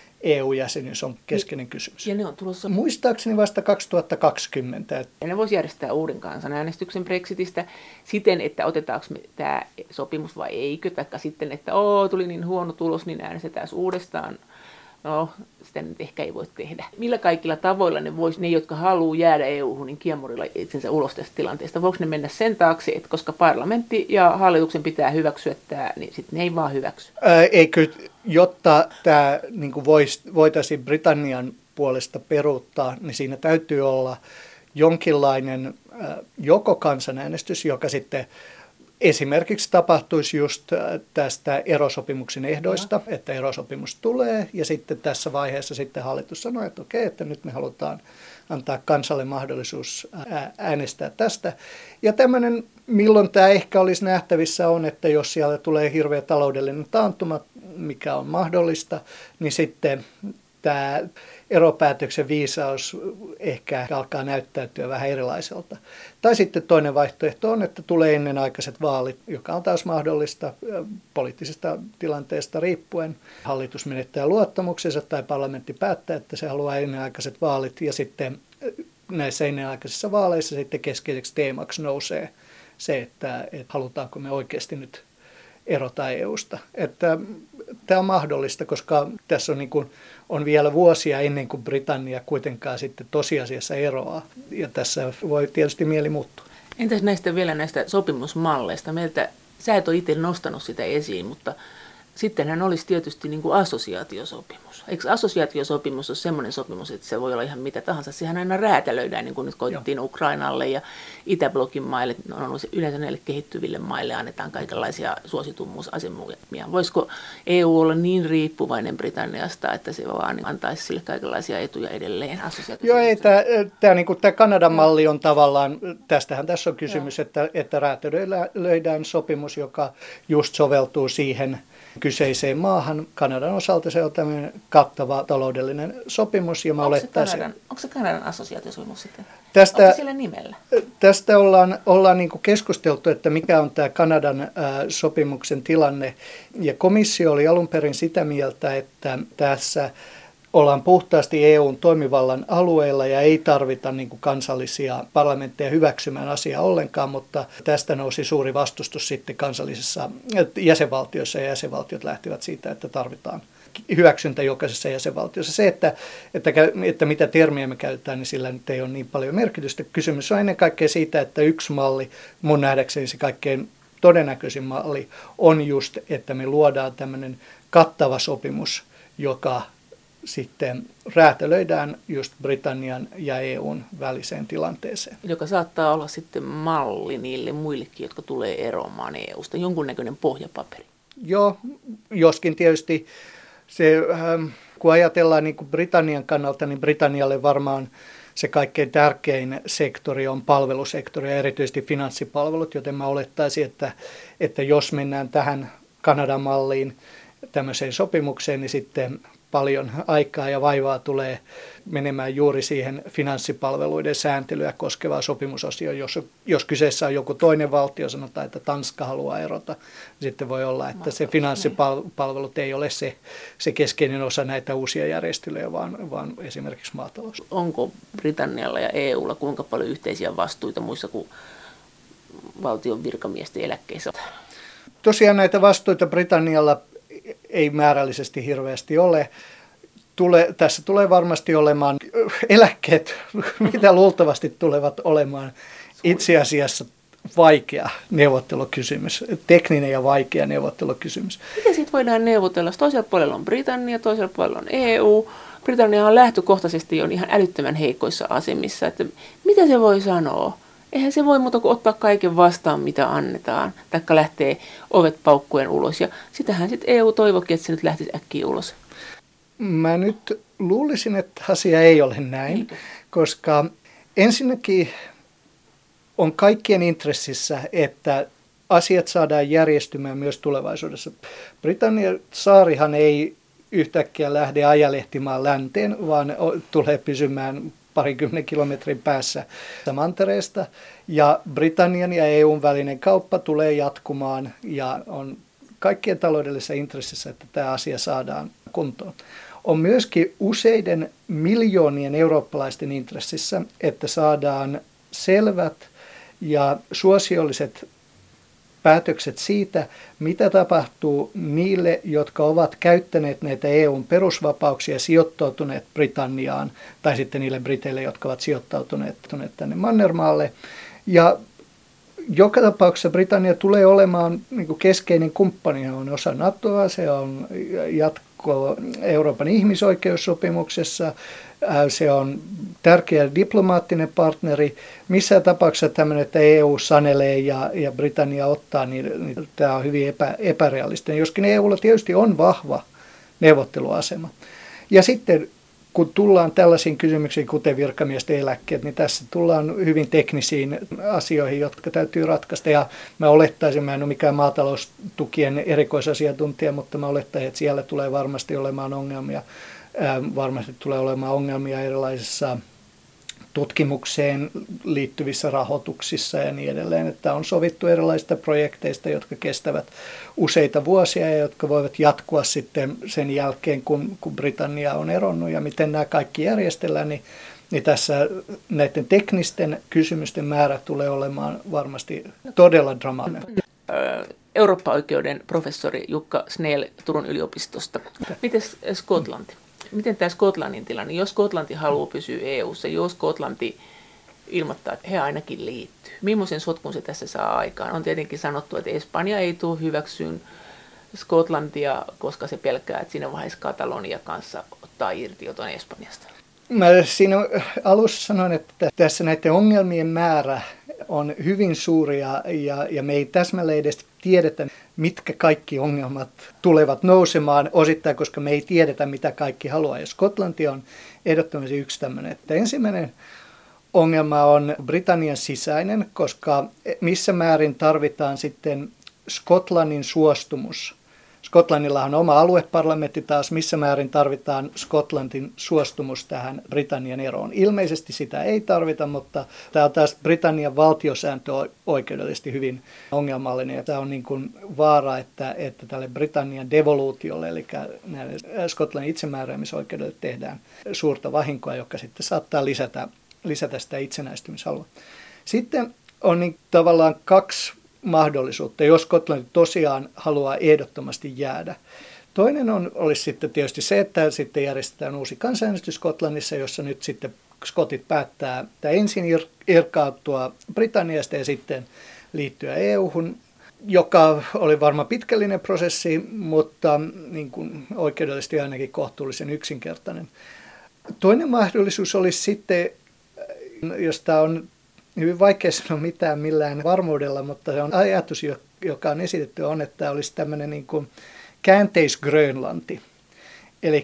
E U-jäsenyys on keskeinen kysymys. Ja ne on tulossa muistaakseni vasta kaksituhattakaksikymmentä. Ja ne voisi järjestää uuden kansanäänestyksen Brexitistä siten, että otetaanko me tämä sopimus vai eikö, taikka sitten, että oo, tuli niin huono tulos, niin äänestetään uudestaan. No, sitä nyt ehkä ei voi tehdä. Millä kaikilla tavoilla ne, vois, ne jotka haluaa jäädä E U-hun, niin kiemurilla itsensä ulos tästä tilanteesta? Voiko ne mennä sen taakse, että koska parlamentti ja hallituksen pitää hyväksyä tämä, niin sitten ne ei vaan hyväksy? Ää, eikö, jotta tämä niin kuin vois, voitaisiin Britannian puolesta peruuttaa, niin siinä täytyy olla jonkinlainen ää, joko kansanäänestys, joka sitten esimerkiksi tapahtuisi just tästä erosopimuksen ehdoista, ja. että erosopimus tulee ja sitten tässä vaiheessa sitten hallitus sanoo, että okei, että nyt me halutaan antaa kansalle mahdollisuus äänestää tästä. Ja tämmöinen, milloin tämä ehkä olisi nähtävissä on, että jos siellä tulee hirveä taloudellinen taantuma, mikä on mahdollista, niin sitten tämä eropäätöksen viisaus ehkä alkaa näyttäytyä vähän erilaiselta. Tai sitten toinen vaihtoehto on, että tulee ennenaikaiset vaalit, joka on taas mahdollista poliittisesta tilanteesta riippuen. Hallitus menettää luottamuksensa tai parlamentti päättää, että se haluaa ennenaikaiset vaalit ja sitten näissä ennenaikaisissa vaaleissa sitten keskeiseksi teemaksi nousee se, että, että halutaanko me oikeasti nyt erota E U:sta. Että tämä on mahdollista, koska tässä on, niin kuin, on vielä vuosia ennen kuin Britannia kuitenkaan sitten tosiasiassa eroaa. Ja tässä voi tietysti mieli muuttua. Entäs näistä vielä näistä sopimusmalleista? Meiltä, sä et ole itse nostanut sitä esiin, mutta Sittenhän olisi tietysti niin kuin assosiaatiosopimus. Eikö assosiaatiosopimus ole semmoinen sopimus, että se voi olla ihan mitä tahansa? Sehän aina räätälöidään, niin kuin nyt koitettiin Joo. Ukrainalle ja Itäblokin maille, no, yleensä näille kehittyville maille annetaan kaikenlaisia suositummuusasemia. Voisiko E U olla niin riippuvainen Britanniasta, että se vaan antaisi sille kaikenlaisia etuja edelleen? Joo, ei, tämä niin Kanadan malli on tavallaan, tästähän tässä on kysymys, Joo. että, että räätälöidään sopimus, joka just soveltuu siihen kyseiseen maahan. Kanadan osalta se on tämmöinen kattava taloudellinen sopimus. Ja mä onko, se Kanadan, onko se Kanadan assosiaatiosopimus sitten? Tästä, onko se sillä nimellä? Tästä ollaan, ollaan niin kuin keskusteltu, että mikä on tämä Kanadan ää, sopimuksen tilanne. Ja komissio oli alun perin sitä mieltä, että tässä ollaan puhtaasti E U:n toimivallan alueella ja ei tarvita niin kuin kansallisia parlamentteja hyväksymään asiaa ollenkaan, mutta tästä nousi suuri vastustus sitten kansallisissa jäsenvaltioissa ja jäsenvaltiot lähtivät siitä, että tarvitaan hyväksyntä jokaisessa jäsenvaltiossa. Se, että, että, että mitä termiä me käytetään, niin sillä nyt ei ole niin paljon merkitystä. Kysymys on ennen kaikkea siitä, että yksi malli, mun nähdäkseni se kaikkein todennäköisin malli, on just, että me luodaan tämmöinen kattava sopimus, joka sitten räätälöidään just Britannian ja E U:n väliseen tilanteeseen. Joka saattaa olla sitten malli niille muillekin, jotka tulee eroamaan E U:sta, jonkunnäköinen pohjapaperi. Joo, joskin tietysti se, kun ajatellaan niin kuin Britannian kannalta, niin Britannialle varmaan se kaikkein tärkein sektori on palvelusektori ja erityisesti finanssipalvelut, joten mä olettaisin, että, että jos mennään tähän Kanadan malliin, tämmöiseen sopimukseen, niin sitten paljon aikaa ja vaivaa tulee menemään juuri siihen finanssipalveluiden sääntelyä koskevaa sopimusosioon. Jos, jos kyseessä on joku toinen valtio, sanotaan, että Tanska haluaa erota, niin sitten voi olla, että se finanssipalvelut ei ole se, se keskeinen osa näitä uusia järjestelyjä, vaan, vaan esimerkiksi maatalous. Onko Britannialla ja E U:lla kuinka paljon yhteisiä vastuita muissa kuin valtion virkamiesten eläkkeissä? Tosiaan näitä vastuita Britannialla ei määrällisesti hirveästi ole. Tule, tässä tulee varmasti olemaan eläkkeet, mitä luultavasti tulevat olemaan itse asiassa vaikea neuvottelukysymys, tekninen ja vaikea neuvottelukysymys. Miten siitä voidaan neuvotella? Toisella puolella on Britannia, toisella puolella on E U. Britannia on lähtökohtaisesti jo ihan älyttömän heikoissa asemissa. Että mitä se voi sanoa? Eihän se voi muuta kuin ottaa kaiken vastaan, mitä annetaan, taikka lähtee ovet paukkuen ulos. Ja sitähän sitten E U toivokin, että se nyt lähtisi äkkiä ulos. Mä nyt luulisin, että asia ei ole näin, Eikö? koska ensinnäkin on kaikkien intressissä, että asiat saadaan järjestymään myös tulevaisuudessa. Britannian saarihan ei yhtäkkiä lähde ajalehtimaan länteen, vaan tulee pysymään parikymmenen kilometrin päässä mantereesta. Ja Britannian ja E U:n välinen kauppa tulee jatkumaan ja on kaikkien taloudellisessa intressissä, että tämä asia saadaan kuntoon. On myöskin useiden miljoonien eurooppalaisten intressissä, että saadaan selvät ja suosiolliset päätökset siitä, mitä tapahtuu niille, jotka ovat käyttäneet näitä E U:n perusvapauksia, sijoittautuneet Britanniaan, tai sitten niille briteille, jotka ovat sijoittautuneet tänne Mannermaalle. Ja joka tapauksessa Britannia tulee olemaan niin kuin keskeinen kumppani, on osa NATOa, se on jatko Euroopan ihmisoikeussopimuksessa, se on tärkeä diplomaattinen partneri. Missään tapauksessa tämmöinen, että E U sanelee ja, ja Britannia ottaa, niin, niin tämä on hyvin epä, epärealistinen, joskin E Ulla tietysti on vahva neuvotteluasema. Ja sitten kun tullaan tällaisiin kysymyksiin, kuten virkamiesten eläkkeet, niin tässä tullaan hyvin teknisiin asioihin, jotka täytyy ratkaista. Ja mä olettaisin, mä en ole mikään maataloustukien erikoisasiantuntija, mutta mä olettaisin, että siellä tulee varmasti olemaan ongelmia. Varmasti tulee olemaan ongelmia erilaisissa tutkimukseen liittyvissä rahoituksissa ja niin edelleen, että on sovittu erilaisista projekteista, jotka kestävät useita vuosia ja jotka voivat jatkua sitten sen jälkeen, kun, kun Britannia on eronnut ja miten nämä kaikki järjestellään, niin, niin tässä näiden teknisten kysymysten määrä tulee olemaan varmasti todella dramaattinen. Eurooppa-oikeuden professori Jukka Snell Turun yliopistosta. Miten Skotlanti? Miten tämä Skotlannin tilanne, jos Skotlanti haluaa pysyä E U:ssa, jos Skotlanti ilmoittaa, että he ainakin liittyy, millaisen sotkun se tässä saa aikaan? On tietenkin sanottu, että Espanja ei tule hyväksyyn Skotlantia, koska se pelkää, että siinä vaiheessa Katalonia kanssa ottaa irti jotain Espanjasta? Mä siinä alussa sanoin, että tässä näiden ongelmien määrä on hyvin suuri ja, ja, ja me ei täsmälleen edes tiedetä, mitkä kaikki ongelmat tulevat nousemaan osittain, koska me ei tiedetä, mitä kaikki haluaa. Ja Skotlanti on ehdottomasti yksi tämmöinen. Että ensimmäinen ongelma on Britannian sisäinen, koska missä määrin tarvitaan sitten Skotlannin suostumus. Skotlannilla on oma alueparlamentti taas, missä määrin tarvitaan Skotlantin suostumus tähän Britannian eroon. Ilmeisesti sitä ei tarvita, mutta tämä on taas Britannian valtiosääntö oikeudellisesti hyvin ongelmallinen. Tämä on niin kuin vaara, että, että tälle Britannian devoluutiolle, eli näille Skotlannin itsemääräämisoikeudelle tehdään suurta vahinkoa, joka sitten saattaa lisätä, lisätä sitä itsenäistymishalua. Sitten on niin tavallaan kaksi mahdollisuutta, jos Skotlanti tosiaan haluaa ehdottomasti jäädä. Toinen on, olisi sitten tietysti se, että sitten järjestetään uusi kansanäänestys Skotlannissa, jossa nyt sitten skotit päättää ensin irkautua Britanniasta ja sitten liittyä E U-hun, joka oli varmaan pitkällinen prosessi, mutta niin kuin oikeudellisesti ainakin kohtuullisen yksinkertainen. Toinen mahdollisuus olisi sitten, jos tämä on hyvin vaikea sanoa mitään millään varmuudella, mutta se on ajatus, joka on esitetty, on, että olisi tämmöinen niin kuin käänteis-Grönlanti. Eli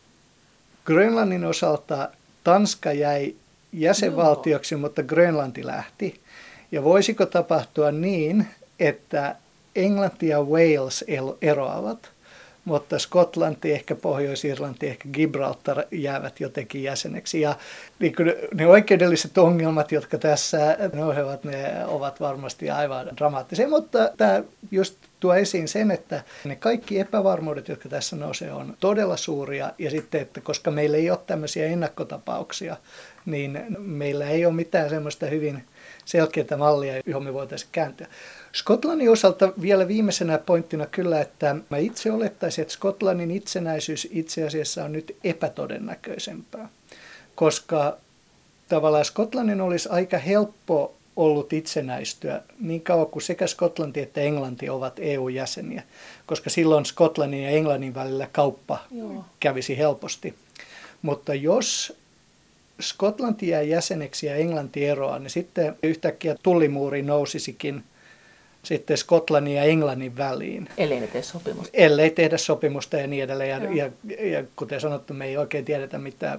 Grönlannin osalta Tanska jäi jäsenvaltioksi, mutta Grönlanti lähti. Ja voisiko tapahtua niin, että Englanti ja Wales eroavat, mutta Skotlanti, ehkä Pohjois-Irlanti, ehkä Gibraltar jäävät jotenkin jäseneksi. Ja niin ne oikeudelliset ongelmat, jotka tässä nousevat, ne ovat varmasti aivan dramaattisia. Mutta tämä just tuo esiin sen, että ne kaikki epävarmuudet, jotka tässä nousee, on todella suuria. Ja sitten, että koska meillä ei ole tämmöisiä ennakkotapauksia, niin meillä ei ole mitään semmoista hyvin selkeää mallia, johon me voitaisiin kääntyä. Skotlannin osalta vielä viimeisenä pointtina kyllä, että mä itse olettaisin, että Skotlannin itsenäisyys itse asiassa on nyt epätodennäköisempää, koska tavallaan Skotlannin olisi aika helppo ollut itsenäistyä niin kauan kuin sekä Skotlanti että Englanti ovat E U-jäseniä, koska silloin Skotlannin ja Englannin välillä kauppa Joo. kävisi helposti. Mutta jos Skotlanti jää jäseneksi ja Englanti eroaa, niin sitten yhtäkkiä tullimuuri nousisikin sitten Skotlannin ja Englannin väliin. Ellei ne tee sopimusta. Ellei tehdä sopimusta ja niin edelleen. Ja, ja, ja kuten sanottu, me ei oikein tiedetä, mitä,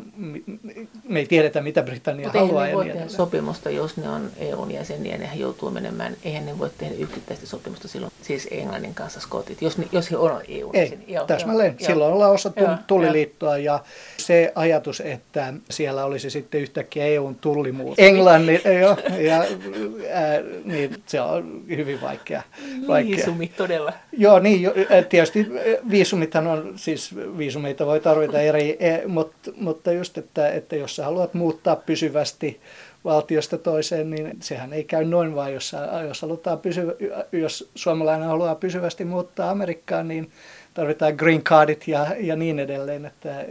me ei tiedetä, mitä Britannia Mutta haluaa. Mutta eihän ne voi niin tehdä sopimusta, jos ne on E U:n jäseniä, nehän joutuu menemään. Eihän ne voi tehdä yksittäistä sopimusta silloin, siis Englannin kanssa skotit, jos, jos he on E U:n jäseniä. Ei, täsmälleen. Silloin ollaan osa tulliliittoa ja se ajatus, että siellä olisi sitten yhtäkkiä E U:n tullimuuri. Englannin, jo, ja, ää, niin se on hyvin vaikea. Viisumi, todella. Joo, niin, tietysti viisumithan on, siis viisumeita voi tarvita eri, mutta, mutta just, että, että jos sä haluat muuttaa pysyvästi valtiosta toiseen, niin sehän ei käy noin vaan, jos, jos, halutaan pysyvä, jos suomalainen haluaa pysyvästi muuttaa Amerikkaan, niin tarvitaan green cardit ja, ja niin edelleen, että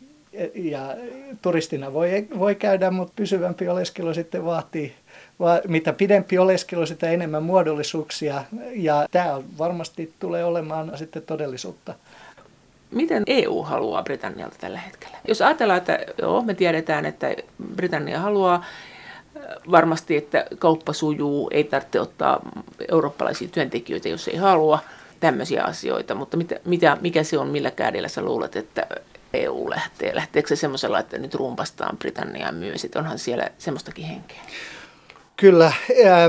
ja turistina voi, voi käydä, mutta pysyvämpi oleskelu sitten vaatii, va, mitä pidempi oleskelu, sitä enemmän muodollisuuksia, ja tämä varmasti tulee olemaan sitten todellisuutta. Miten E U haluaa Britannialta tällä hetkellä? Jos ajatellaan, että joo, me tiedetään, että Britannia haluaa varmasti, että kauppa sujuu, ei tarvitse ottaa eurooppalaisia työntekijöitä, jos ei halua, tämmöisiä asioita, mutta mitä, mitä, mikä se on, millä kädellä sä luulet, että E U lähtee? Lähteekö se semmoisella, että nyt rumpastaan Britanniaa myös, että onhan siellä semmoistakin henkeä? Kyllä. Ää,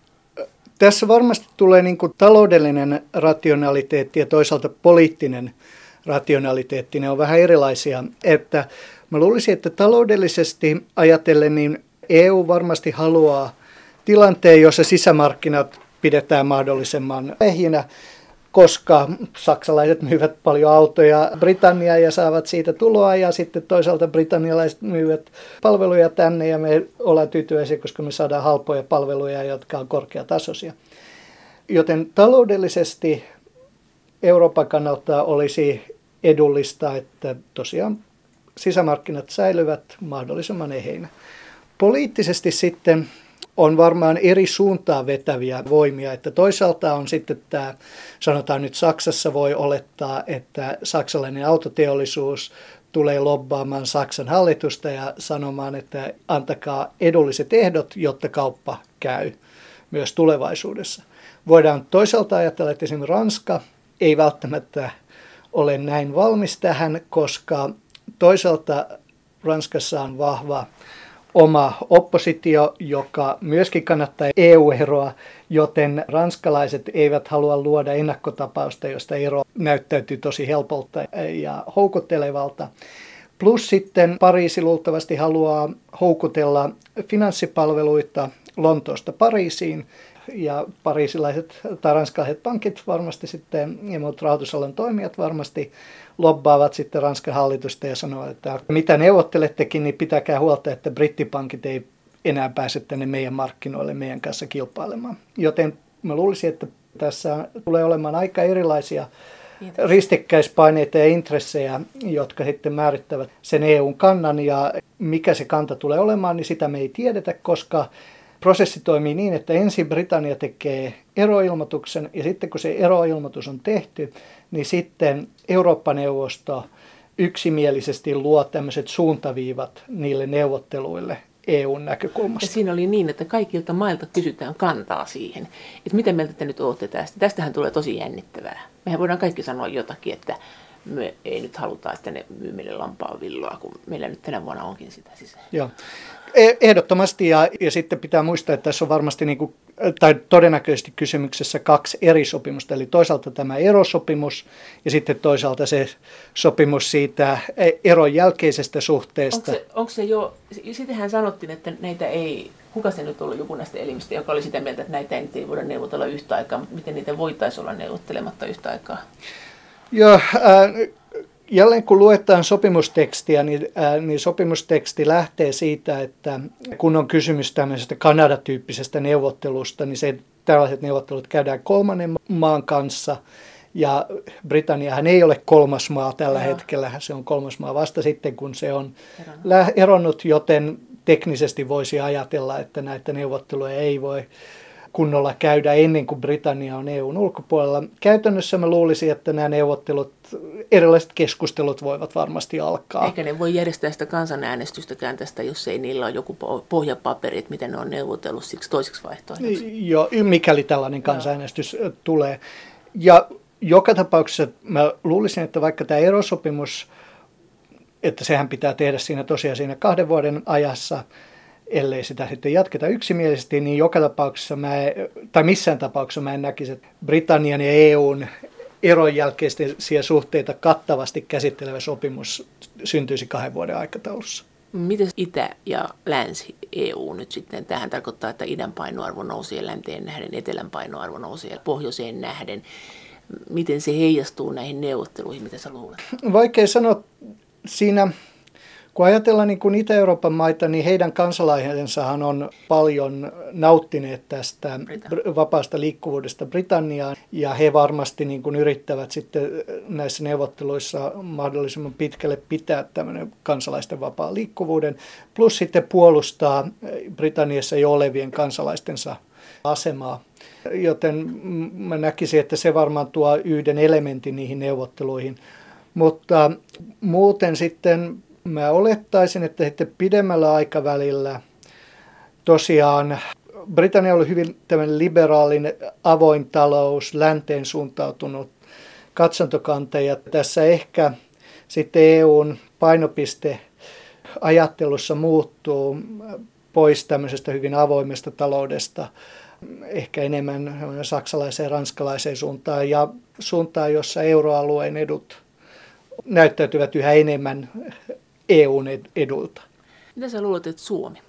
tässä varmasti tulee niin kuin taloudellinen rationaliteetti ja toisaalta poliittinen rationaliteetti. Ne on vähän erilaisia. Että mä luulisin, että taloudellisesti ajatellen niin E U varmasti haluaa tilanteen, jossa sisämarkkinat pidetään mahdollisimman ehjinä, koska saksalaiset myyvät paljon autoja Britanniaan ja saavat siitä tuloa, ja sitten toisaalta britannialaiset myyvät palveluja tänne, ja me ollaan tyytyväisiä, koska me saadaan halpoja palveluja, jotka on korkeatasoisia. Joten taloudellisesti Euroopan kannalta olisi edullista, että tosiaan sisämarkkinat säilyvät mahdollisimman eheinä. Poliittisesti sitten on varmaan eri suuntaan vetäviä voimia. Että toisaalta on sitten tämä, sanotaan nyt Saksassa voi olettaa, että saksalainen autoteollisuus tulee lobbaamaan Saksan hallitusta ja sanomaan, että antakaa edulliset ehdot, jotta kauppa käy myös tulevaisuudessa. Voidaan toisaalta ajatella, että esimerkiksi Ranska ei välttämättä ole näin valmis tähän, koska toisaalta Ranskassa on vahva oma oppositio, joka myöskin kannattaa E U-eroa, joten ranskalaiset eivät halua luoda ennakkotapausta, josta ero näyttäytyy tosi helpolta ja houkuttelevalta. Plus sitten Pariisi luultavasti haluaa houkutella finanssipalveluita Lontoosta Pariisiin, ja pariisilaiset tai ranskalaiset pankit varmasti sitten ja muut rahoitusalan toimijat varmasti lobbaavat sitten Ranskan hallitusta ja sanovat, että mitä neuvottelettekin, niin pitäkää huolta, että brittipankit ei enää pääse tänne meidän markkinoille meidän kanssa kilpailemaan. Joten mä luulisin, että tässä tulee olemaan aika erilaisia ristikkäispaineita ja intressejä, jotka sitten määrittävät sen E U:n kannan, ja mikä se kanta tulee olemaan, niin sitä me ei tiedetä, koska prosessi toimii niin, että ensin Britannia tekee eroilmoituksen, ja sitten kun se eroilmoitus on tehty, niin sitten Eurooppa-neuvosto yksimielisesti luo tämmöiset suuntaviivat niille neuvotteluille E U:n näkökulmasta. Ja siinä oli niin, että kaikilta mailta kysytään kantaa siihen, että mitä mieltä te nyt olette tästä. Tästähän tulee tosi jännittävää. Mehän voidaan kaikki sanoa jotakin, että me ei nyt haluta, että ne myy meille lampaanvilloa, kun meillä nyt tänä vuonna onkin sitä sisään. Joo. Ehdottomasti, ja, ja sitten pitää muistaa, että tässä on varmasti niin kuin, tai todennäköisesti kysymyksessä kaksi eri sopimusta, eli toisaalta tämä erosopimus ja sitten toisaalta se sopimus siitä eron jälkeisestä suhteesta. Onko se, onko se jo, sittenhän sanottiin, että näitä ei, kuka se nyt ollut joku näistä elimistä, joka oli sitä mieltä, että näitä ei, ei voida neuvotella yhtä aikaa, mutta miten niitä voitaisiin olla neuvottelematta yhtä aikaa? Joo, äh, jälleen kun luetaan sopimustekstiä, niin, ää, niin sopimusteksti lähtee siitä, että kun on kysymys tämmöisestä Kanada-tyyppisestä neuvottelusta, niin se, tällaiset neuvottelut käydään kolmannen maan kanssa. Ja Britanniahan ei ole kolmas maa tällä Joo. hetkellä, se on kolmas maa vasta sitten, kun se on eronnut. eronnut, joten teknisesti voisi ajatella, että näitä neuvotteluja ei voi kunnolla käydä ennen kuin Britannia on E U:n ulkopuolella. Käytännössä mä luulisin, että nämä neuvottelut, erilaiset keskustelut voivat varmasti alkaa. Eikä ne voi järjestää sitä kansanäänestystäkään tästä, jos ei niillä ole joku pohjapaperi, että miten ne on neuvotellut siksi toiseksi vaihtoehdoksi. Joo, mikäli tällainen kansanäänestys Joo. tulee. Ja joka tapauksessa mä luulisin, että vaikka tämä erosopimus, että sehän pitää tehdä siinä tosiaan siinä kahden vuoden ajassa, ellei sitä sitten jatketa yksimielisesti, niin joka tapauksessa mä, tai missään tapauksessa mä en näkisi, että Britannian ja E U:n eron jälkeisiä suhteita kattavasti käsittelevä sopimus syntyisi kahden vuoden aikataulussa. Miten Itä ja Länsi E U nyt sitten? Tämähän tarkoittaa, että idän painoarvo nousee länteen nähden, etelän painoarvo nousee pohjoiseen nähden. Miten se heijastuu näihin neuvotteluihin, mitä sä luulet? Vaikea sanoa siinä. Kun ajatellaan niin kuin Itä-Euroopan maita, niin heidän kansalaisensahan on paljon nauttineet tästä Britannia. vapaasta liikkuvuudesta Britanniaan, ja he varmasti niin kuin yrittävät sitten näissä neuvotteluissa mahdollisimman pitkälle pitää tämmöinen kansalaisten vapaan liikkuvuuden, plus sitten puolustaa Britanniassa jo olevien kansalaistensa asemaa. Joten mä näkisin, että se varmaan tuo yhden elementin niihin neuvotteluihin, mutta muuten sitten mä olettaisin, että sitten pidemmällä aikavälillä tosiaan Britannia on ollut hyvin tämmöinen liberaalin avoin talous, länteen suuntautunut katsantokanta, ja tässä ehkä sitten E U:n painopiste ajattelussa muuttuu pois tämmöisestä hyvin avoimesta taloudesta ehkä enemmän saksalaiseen ja ranskalaiseen suuntaan ja suuntaan, jossa euroalueen edut näyttäytyvät yhä enemmän E U:n edulta. Mitä sä luulet, että Suomi?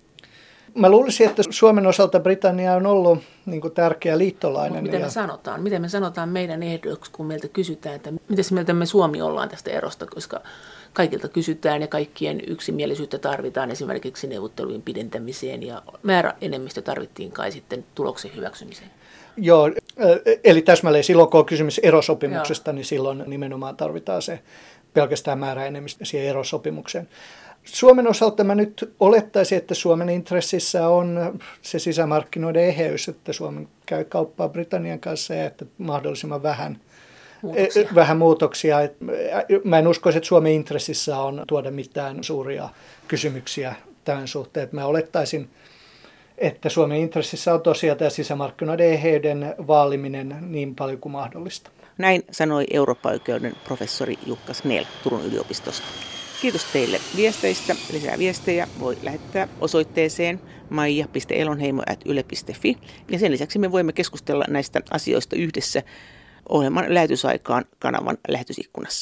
Mä luulisin, että Suomen osalta Britannia on ollut niin kuin tärkeä liittolainen. Mutta mitä me ja... sanotaan? Miten me sanotaan meidän ehdoksi, kun meiltä kysytään, että miten mieltä me Suomi ollaan tästä erosta, koska kaikilta kysytään ja kaikkien yksimielisyyttä tarvitaan esimerkiksi neuvottelujen pidentämiseen ja määräenemmistö tarvittiin kai sitten tuloksen hyväksymiseen. Joo, eli täsmälleen silloin, kun on kysymys erosopimuksesta, Joo. niin silloin nimenomaan tarvitaan se pelkästään määräenemmistö siihen erosopimukseen. Suomen osalta mä nyt olettaisin, että Suomen intressissä on se sisämarkkinoiden eheys, että Suomen käy kauppaa Britannian kanssa ja että mahdollisimman vähän muutoksia. vähän muutoksia. Mä en usko, että Suomen intressissä on tuoda mitään suuria kysymyksiä tämän suhteen. Mä olettaisin, että Suomen intressissä on tosiaan tämä sisämarkkinoiden eheyden vaaliminen niin paljon kuin mahdollista. Näin sanoi eurooppaoikeuden professori Jukka Snell Turun yliopistosta. Kiitos teille viesteistä. Lisää viestejä voi lähettää osoitteeseen maija piste elonheimo ät yle piste fi. Ja sen lisäksi me voimme keskustella näistä asioista yhdessä ohjelman lähetysaikaan kanavan lähetysikkunassa.